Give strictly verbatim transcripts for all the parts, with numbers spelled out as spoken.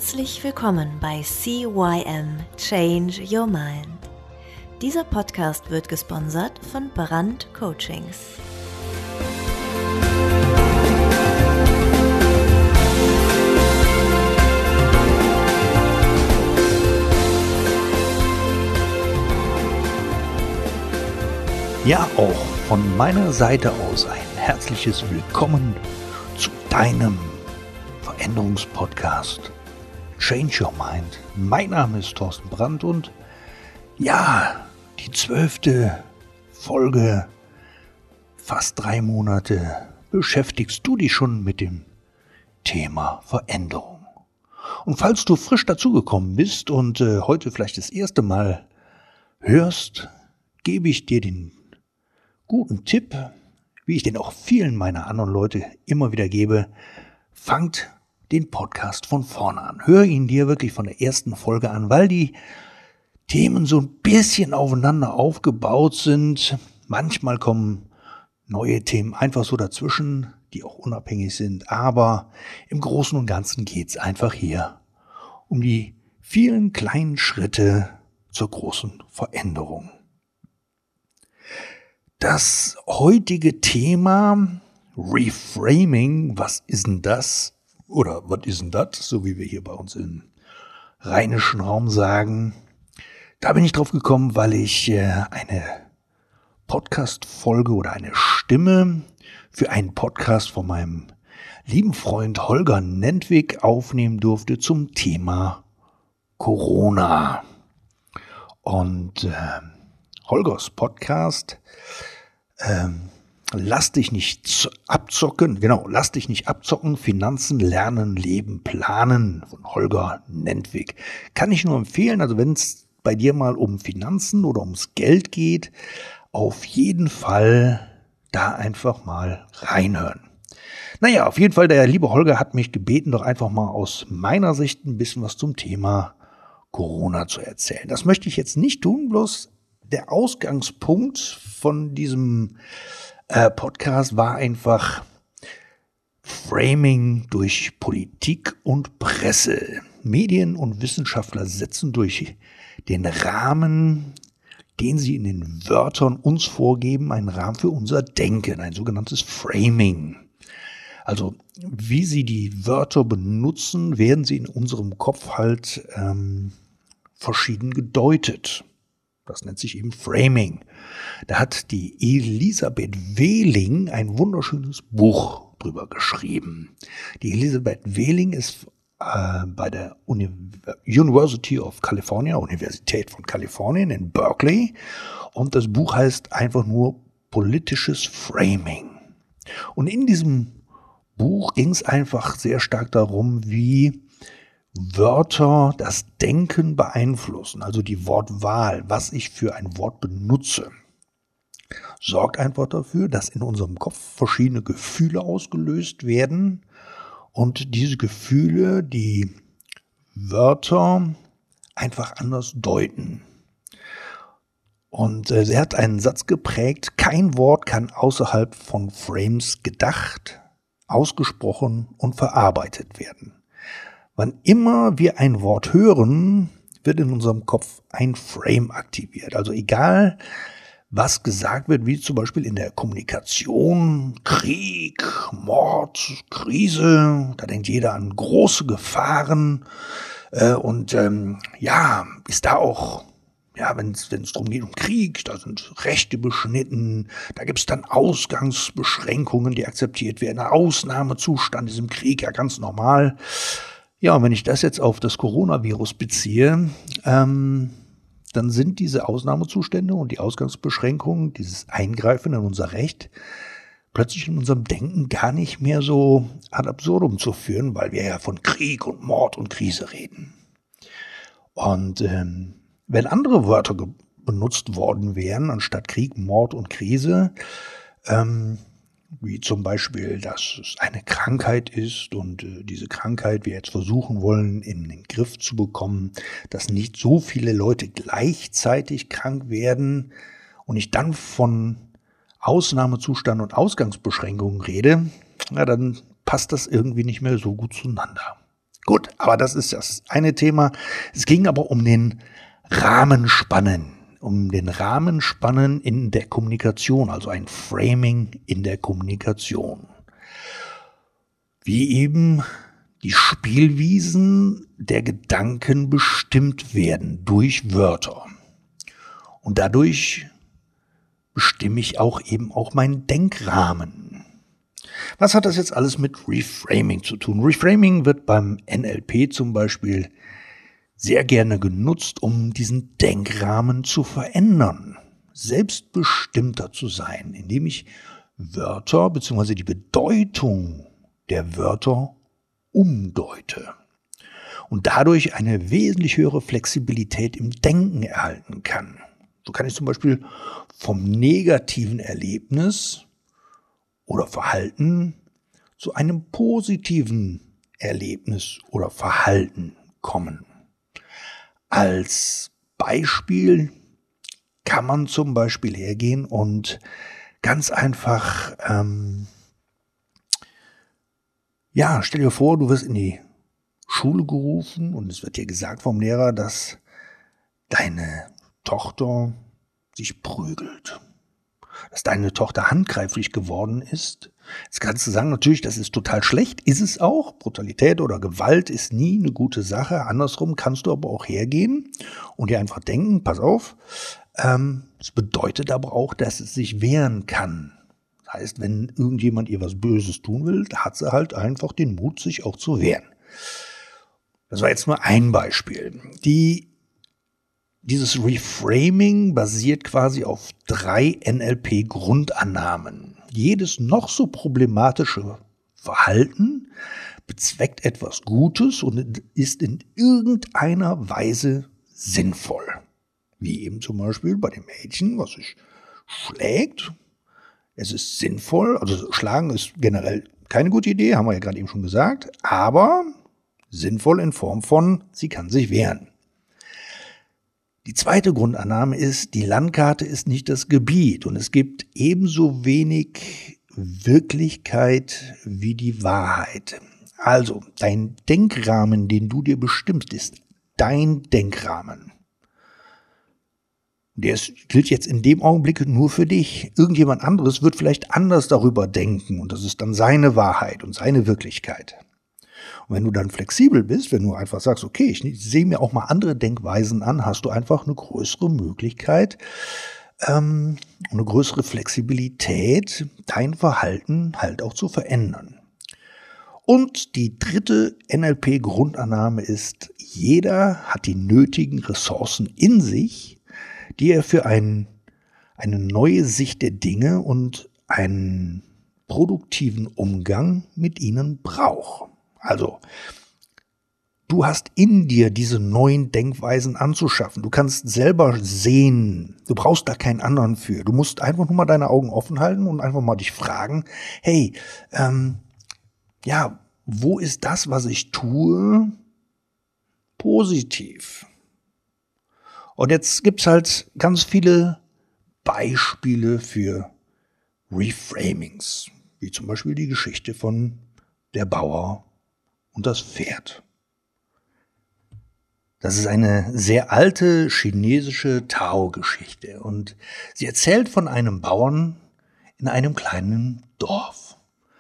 Herzlich willkommen bei C Y M Change Your Mind. Dieser Podcast wird gesponsert von Brand Coachings. Ja, auch von meiner Seite aus ein herzliches Willkommen zu deinem Veränderungspodcast Change Your Mind. Mein Name ist Thorsten Brandt und ja, die zwölfte Folge, fast drei Monate, beschäftigst du dich schon mit dem Thema Veränderung. Und falls du frisch dazugekommen bist und äh, heute vielleicht das erste Mal hörst, gebe ich dir den guten Tipp, wie ich den auch vielen meiner anderen Leute immer wieder gebe: fangt den Podcast von vorne an. Hör ihn dir wirklich von der ersten Folge an, weil die Themen so ein bisschen aufeinander aufgebaut sind. Manchmal kommen neue Themen einfach so dazwischen, die auch unabhängig sind. Aber im Großen und Ganzen geht es einfach hier um die vielen kleinen Schritte zur großen Veränderung. Das heutige Thema Reframing, was ist denn das? Oder was ist denn das? So wie wir hier bei uns im rheinischen Raum sagen. Da bin ich drauf gekommen, weil ich äh, eine Podcast-Folge oder eine Stimme für einen Podcast von meinem lieben Freund Holger Nentwig aufnehmen durfte zum Thema Corona. Und äh, Holgers Podcast, ähm, lass dich nicht abzocken, genau, lass dich nicht abzocken, Finanzen, Lernen, Leben, Planen von Holger Nentwig. Kann ich nur empfehlen, also wenn es bei dir mal um Finanzen oder ums Geld geht, auf jeden Fall da einfach mal reinhören. Naja, auf jeden Fall, der liebe Holger hat mich gebeten, doch einfach mal aus meiner Sicht ein bisschen was zum Thema Corona zu erzählen. Das möchte ich jetzt nicht tun, bloß der Ausgangspunkt von diesem äh, Podcast war einfach Framing durch Politik und Presse. Medien und Wissenschaftler setzen durch den Rahmen, den sie in den Wörtern uns vorgeben, einen Rahmen für unser Denken, ein sogenanntes Framing. Also wie sie die Wörter benutzen, werden sie in unserem Kopf halt ähm, verschieden gedeutet. Das nennt sich eben Framing. Da hat die Elisabeth Wehling ein wunderschönes Buch drüber geschrieben. Die Elisabeth Wehling ist äh, bei der Uni- University of California, Universität von Kalifornien in Berkeley. Und das Buch heißt einfach nur Politisches Framing. Und in diesem Buch ging es einfach sehr stark darum, wie Wörter das Denken beeinflussen, also die Wortwahl, was ich für ein Wort benutze, sorgt einfach dafür, dass in unserem Kopf verschiedene Gefühle ausgelöst werden und diese Gefühle die Wörter einfach anders deuten. Und äh, sie hat einen Satz geprägt: Kein Wort kann außerhalb von Frames gedacht, ausgesprochen und verarbeitet werden. Wann immer wir ein Wort hören, wird in unserem Kopf ein Frame aktiviert. Also egal, was gesagt wird, wie zum Beispiel in der Kommunikation, Krieg, Mord, Krise, da denkt jeder an große Gefahren. Äh, und ähm, ja, ist da auch, ja, wenn es darum geht um Krieg, da sind Rechte beschnitten, da gibt es dann Ausgangsbeschränkungen, die akzeptiert werden, ein Ausnahmezustand ist im Krieg ja ganz normal. Ja, und wenn ich das jetzt auf das Coronavirus beziehe, ähm, dann sind diese Ausnahmezustände und die Ausgangsbeschränkungen, dieses Eingreifen in unser Recht, plötzlich in unserem Denken gar nicht mehr so ad absurdum zu führen, weil wir ja von Krieg und Mord und Krise reden. Und ähm, wenn andere Wörter ge- benutzt worden wären, anstatt Krieg, Mord und Krise, ähm, wie zum Beispiel, dass es eine Krankheit ist und äh, diese Krankheit wir jetzt versuchen wollen, in den Griff zu bekommen, dass nicht so viele Leute gleichzeitig krank werden und ich dann von Ausnahmezustand und Ausgangsbeschränkungen rede, na, dann passt das irgendwie nicht mehr so gut zueinander. Gut, aber das ist das eine Thema. Es ging aber um den Rahmenspannen, um den Rahmenspannen in der Kommunikation, also ein Framing in der Kommunikation. Wie eben die Spielwiesen der Gedanken bestimmt werden durch Wörter. Und dadurch bestimme ich auch eben auch meinen Denkrahmen. Was hat das jetzt alles mit Reframing zu tun? Reframing wird beim N L P zum Beispiel sehr gerne genutzt, um diesen Denkrahmen zu verändern, selbstbestimmter zu sein, indem ich Wörter bzw. die Bedeutung der Wörter umdeute und dadurch eine wesentlich höhere Flexibilität im Denken erhalten kann. So kann ich zum Beispiel vom negativen Erlebnis oder Verhalten zu einem positiven Erlebnis oder Verhalten kommen. Als Beispiel kann man zum Beispiel hergehen und ganz einfach, ähm, ja, stell dir vor, du wirst in die Schule gerufen und es wird dir gesagt vom Lehrer, dass deine Tochter sich prügelt, dass deine Tochter handgreiflich geworden ist. Jetzt kannst du sagen, natürlich, das ist total schlecht, ist es auch. Brutalität oder Gewalt ist nie eine gute Sache. Andersrum kannst du aber auch hergehen und dir einfach denken, pass auf, ähm, das bedeutet aber auch, dass es sich wehren kann. Das heißt, wenn irgendjemand ihr was Böses tun will, hat sie halt einfach den Mut, sich auch zu wehren. Das war jetzt nur ein Beispiel. Die Dieses Reframing basiert quasi auf drei N L P-Grundannahmen. Jedes noch so problematische Verhalten bezweckt etwas Gutes und ist in irgendeiner Weise sinnvoll. Wie eben zum Beispiel bei dem Mädchen, was sich schlägt. Es ist sinnvoll, also schlagen ist generell keine gute Idee, haben wir ja gerade eben schon gesagt, aber sinnvoll in Form von, sie kann sich wehren. Die zweite Grundannahme ist, die Landkarte ist nicht das Gebiet und es gibt ebenso wenig Wirklichkeit wie die Wahrheit. Also, dein Denkrahmen, den du dir bestimmst, ist dein Denkrahmen. Der ist, gilt jetzt in dem Augenblick nur für dich. Irgendjemand anderes wird vielleicht anders darüber denken und das ist dann seine Wahrheit und seine Wirklichkeit. Und wenn du dann flexibel bist, wenn du einfach sagst, okay, ich sehe mir auch mal andere Denkweisen an, hast du einfach eine größere Möglichkeit, ähm, eine größere Flexibilität, dein Verhalten halt auch zu verändern. Und die dritte N L P-Grundannahme ist, jeder hat die nötigen Ressourcen in sich, die er für ein, eine neue Sicht der Dinge und einen produktiven Umgang mit ihnen braucht. Also, du hast in dir diese neuen Denkweisen anzuschaffen. Du kannst selber sehen. Du brauchst da keinen anderen für. Du musst einfach nur mal deine Augen offen halten und einfach mal dich fragen, hey, ähm, ja, wo ist das, was ich tue, positiv? Und jetzt gibt's halt ganz viele Beispiele für Reframings, wie zum Beispiel die Geschichte von der Bauer und das Pferd. Das ist eine sehr alte chinesische Tao-Geschichte und sie erzählt von einem Bauern in einem kleinen Dorf.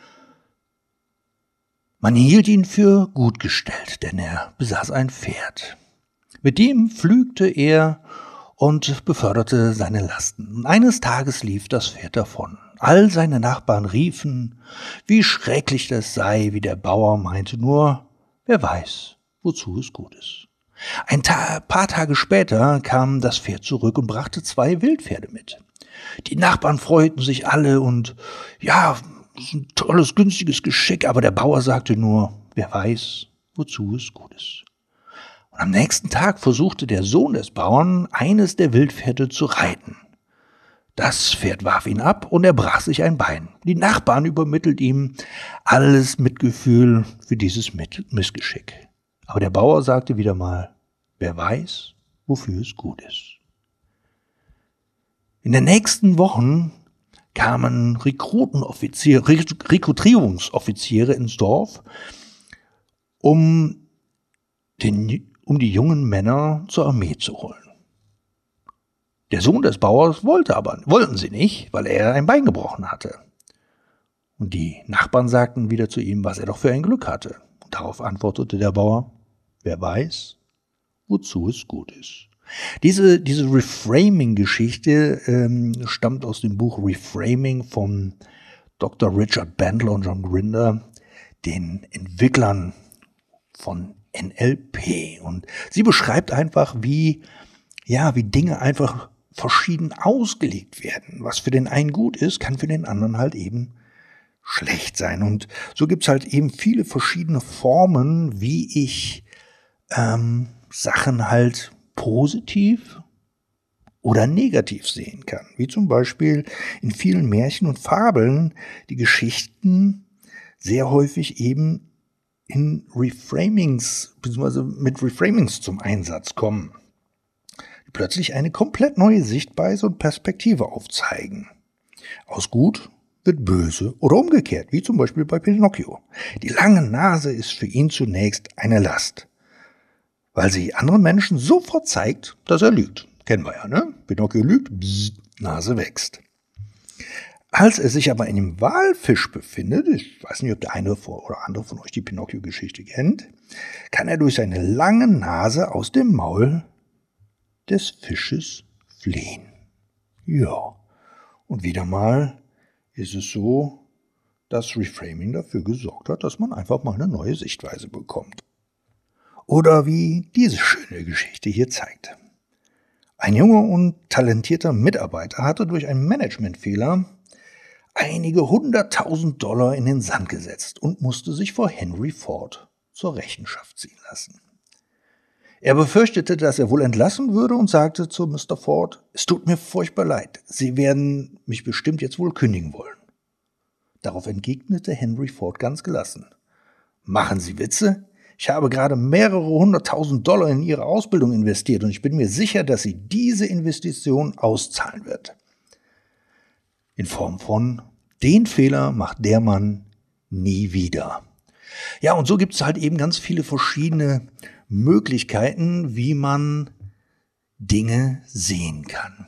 Man hielt ihn für gut gestellt, denn er besaß ein Pferd. Mit dem pflügte er und beförderte seine Lasten. Und eines Tages lief das Pferd davon. All seine Nachbarn riefen, wie schrecklich das sei, wie der Bauer meinte nur, wer weiß, wozu es gut ist. Ein Ta- paar Tage später kam das Pferd zurück und brachte zwei Wildpferde mit. Die Nachbarn freuten sich alle und ja, das ist ein tolles, günstiges Geschick, aber der Bauer sagte nur, wer weiß, wozu es gut ist. Und am nächsten Tag versuchte der Sohn des Bauern, eines der Wildpferde zu reiten. Das Pferd warf ihn ab und er brach sich ein Bein. Die Nachbarn übermittelt ihm alles Mitgefühl für dieses Missgeschick. Aber der Bauer sagte wieder mal, wer weiß, wofür es gut ist. In den nächsten Wochen kamen Rekrutenoffiziere, Rekrutierungsoffiziere ins Dorf, um den, um die jungen Männer zur Armee zu holen. Der Sohn des Bauers wollte aber, wollten sie nicht, weil er ein Bein gebrochen hatte. Und die Nachbarn sagten wieder zu ihm, was er doch für ein Glück hatte. Und darauf antwortete der Bauer, wer weiß, wozu es gut ist. Diese, diese Reframing-Geschichte ähm, stammt aus dem Buch Reframing von Doktor Richard Bandler und John Grinder, den Entwicklern von N L P. Und sie beschreibt einfach, wie, ja, wie Dinge einfach verschieden ausgelegt werden. Was für den einen gut ist, kann für den anderen halt eben schlecht sein. Und so gibt's halt eben viele verschiedene Formen, wie ich ähm, Sachen halt positiv oder negativ sehen kann. Wie zum Beispiel in vielen Märchen und Fabeln die Geschichten sehr häufig eben in Reframings, beziehungsweise mit Reframings zum Einsatz kommen, die plötzlich eine komplett neue Sichtweise und Perspektive aufzeigen. Aus gut wird böse oder umgekehrt, wie zum Beispiel bei Pinocchio. Die lange Nase ist für ihn zunächst eine Last, weil sie anderen Menschen sofort zeigt, dass er lügt. Kennen wir ja, ne? Pinocchio lügt, bzz, Nase wächst. Als er sich aber in dem Walfisch befindet, ich weiß nicht, ob der eine oder andere von euch die Pinocchio-Geschichte kennt, kann er durch seine lange Nase aus dem Maul des Fisches fliehen. Ja, und wieder mal ist es so, dass Reframing dafür gesorgt hat, dass man einfach mal eine neue Sichtweise bekommt. Oder wie diese schöne Geschichte hier zeigt. Ein junger und talentierter Mitarbeiter hatte durch einen Managementfehler einige hunderttausend Dollar in den Sand gesetzt und musste sich vor Henry Ford zur Rechenschaft ziehen lassen. Er befürchtete, dass er wohl entlassen würde und sagte zu Mister Ford, es tut mir furchtbar leid, Sie werden mich bestimmt jetzt wohl kündigen wollen. Darauf entgegnete Henry Ford ganz gelassen. Machen Sie Witze? Ich habe gerade mehrere hunderttausend Dollar in Ihre Ausbildung investiert und ich bin mir sicher, dass sie diese Investition auszahlen wird. In Form von, den Fehler macht der Mann nie wieder. Ja, und so gibt es halt eben ganz viele verschiedene Möglichkeiten, wie man Dinge sehen kann.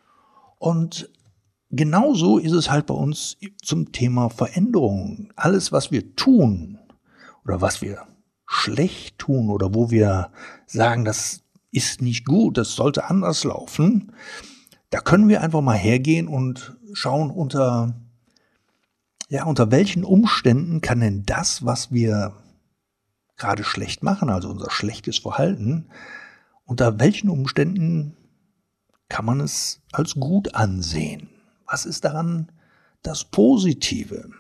Und genauso ist es halt bei uns zum Thema Veränderung. Alles, was wir tun oder was wir schlecht tun oder wo wir sagen, das ist nicht gut, das sollte anders laufen, da können wir einfach mal hergehen und schauen, unter, ja, unter welchen Umständen kann denn das, was wir gerade schlecht machen, also unser schlechtes Verhalten, unter welchen Umständen kann man es als gut ansehen? Was ist daran das Positive?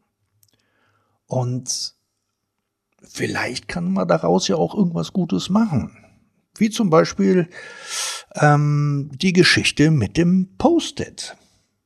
Und vielleicht kann man daraus ja auch irgendwas Gutes machen. Wie zum Beispiel ähm, die Geschichte mit dem Post-it.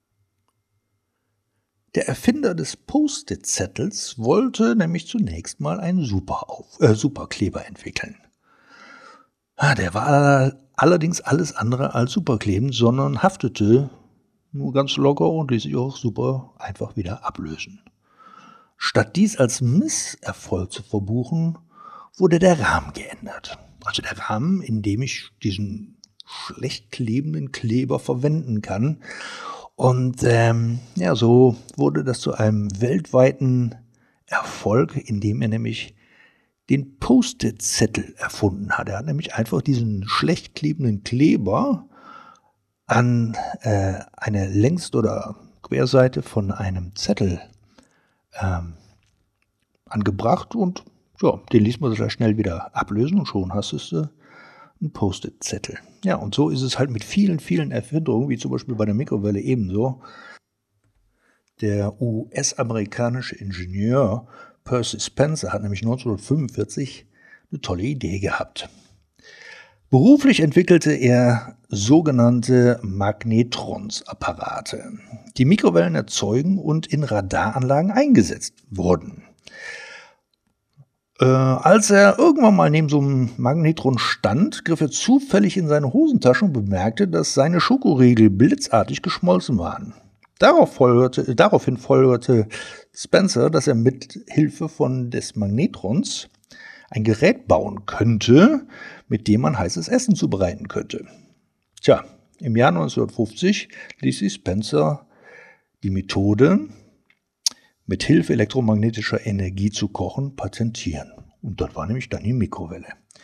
Der Erfinder des Post-it-Zettels wollte nämlich zunächst mal einen Super auf, äh, Superkleber entwickeln. Ah, der war allerdings alles andere als superklebend, sondern haftete nur ganz locker und ließ sich auch super einfach wieder ablösen. Statt dies als Misserfolg zu verbuchen, wurde der Rahmen geändert. Also der Rahmen, in dem ich diesen schlecht klebenden Kleber verwenden kann. Und ähm, ja, so wurde das zu einem weltweiten Erfolg, indem er nämlich den Post-it-Zettel erfunden hat. Er hat nämlich einfach diesen schlecht klebenden Kleber an äh, eine Längs- oder Querseite von einem Zettel ähm, angebracht und ja, den ließ man sich schnell wieder ablösen und schon hast du äh, einen Post-it-Zettel. Ja, und so ist es halt mit vielen, vielen Erfindungen, wie zum Beispiel bei der Mikrowelle ebenso. Der U S-amerikanische Ingenieur Percy Spencer hat nämlich neunzehnhundertfünfundvierzig eine tolle Idee gehabt. Beruflich entwickelte er sogenannte Magnetronsapparate, die Mikrowellen erzeugen und in Radaranlagen eingesetzt wurden. Äh, als er irgendwann mal neben so einem Magnetron stand, griff er zufällig in seine Hosentasche und bemerkte, dass seine Schokoriegel blitzartig geschmolzen waren. Darauf folgerte, daraufhin folgerte Spencer, dass er mit Hilfe von des Magnetrons ein Gerät bauen könnte, mit dem man heißes Essen zubereiten könnte. Tja, im Jahr neunzehnhundertfünfzig ließ sich Spencer die Methode, mit Hilfe elektromagnetischer Energie zu kochen, patentieren. Und das war nämlich dann die Mikrowelle.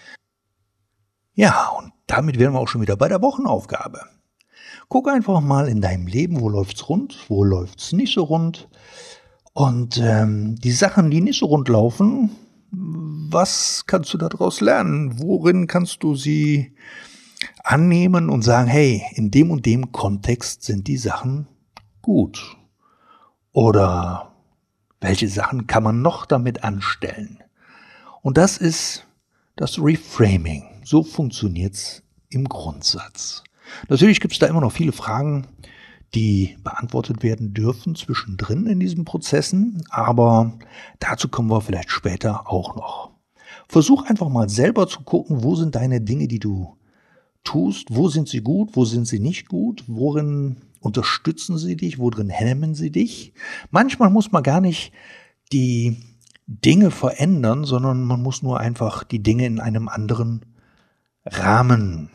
Ja, und damit wären wir auch schon wieder bei der Wochenaufgabe. Guck einfach mal in deinem Leben, wo läuft's rund, wo läuft's nicht so rund. Und ähm, die Sachen, die nicht so rund laufen, was kannst du daraus lernen? Worin kannst du sie annehmen und sagen, hey, in dem und dem Kontext sind die Sachen gut? Oder welche Sachen kann man noch damit anstellen? Und das ist das Reframing. So funktioniert's im Grundsatz. Natürlich gibt es da immer noch viele Fragen, die beantwortet werden dürfen zwischendrin in diesen Prozessen, aber dazu kommen wir vielleicht später auch noch. Versuch einfach mal selber zu gucken, wo sind deine Dinge, die du tust, wo sind sie gut, wo sind sie nicht gut, worin unterstützen sie dich, worin hemmen sie dich. Manchmal muss man gar nicht die Dinge verändern, sondern man muss nur einfach die Dinge in einem anderen Rahmen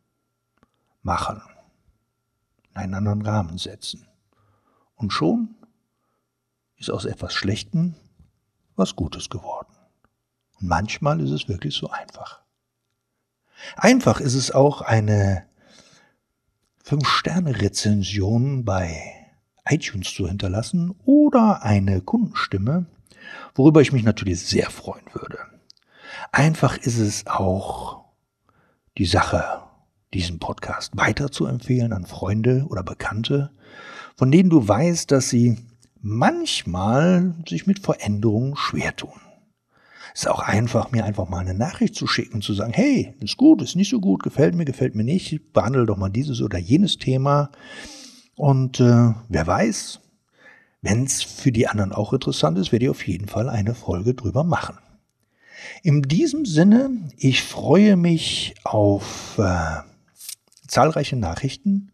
machen, in einen anderen Rahmen setzen. Und schon ist aus etwas Schlechtem was Gutes geworden. Und manchmal ist es wirklich so einfach. Einfach ist es auch, eine fünf Sterne Rezension bei iTunes zu hinterlassen oder eine Kundenstimme, worüber ich mich natürlich sehr freuen würde. Einfach ist es auch die Sache, diesen Podcast weiter zu empfehlen an Freunde oder Bekannte, von denen du weißt, dass sie manchmal sich mit Veränderungen schwer tun. Es ist auch einfach, mir einfach mal eine Nachricht zu schicken und zu sagen, hey, ist gut, ist nicht so gut, gefällt mir, gefällt mir nicht, behandle doch mal dieses oder jenes Thema. Und äh, wer weiß, wenn es für die anderen auch interessant ist, werde ich auf jeden Fall eine Folge drüber machen. In diesem Sinne, ich freue mich auf äh, zahlreiche Nachrichten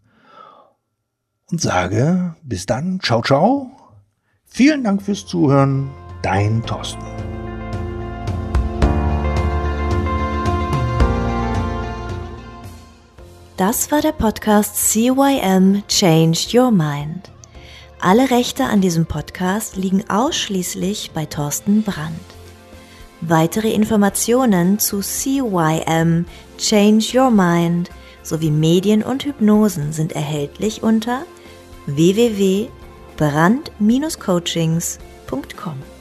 und sage bis dann, ciao, ciao. Vielen Dank fürs Zuhören, dein Thorsten. Das war der Podcast C Y M Change Your Mind. Alle Rechte an diesem Podcast liegen ausschließlich bei Thorsten Brandt. Weitere Informationen zu C Y M Change Your Mind sowie Medien und Hypnosen sind erhältlich unter w w w punkt brandt Bindestrich coachings punkt com.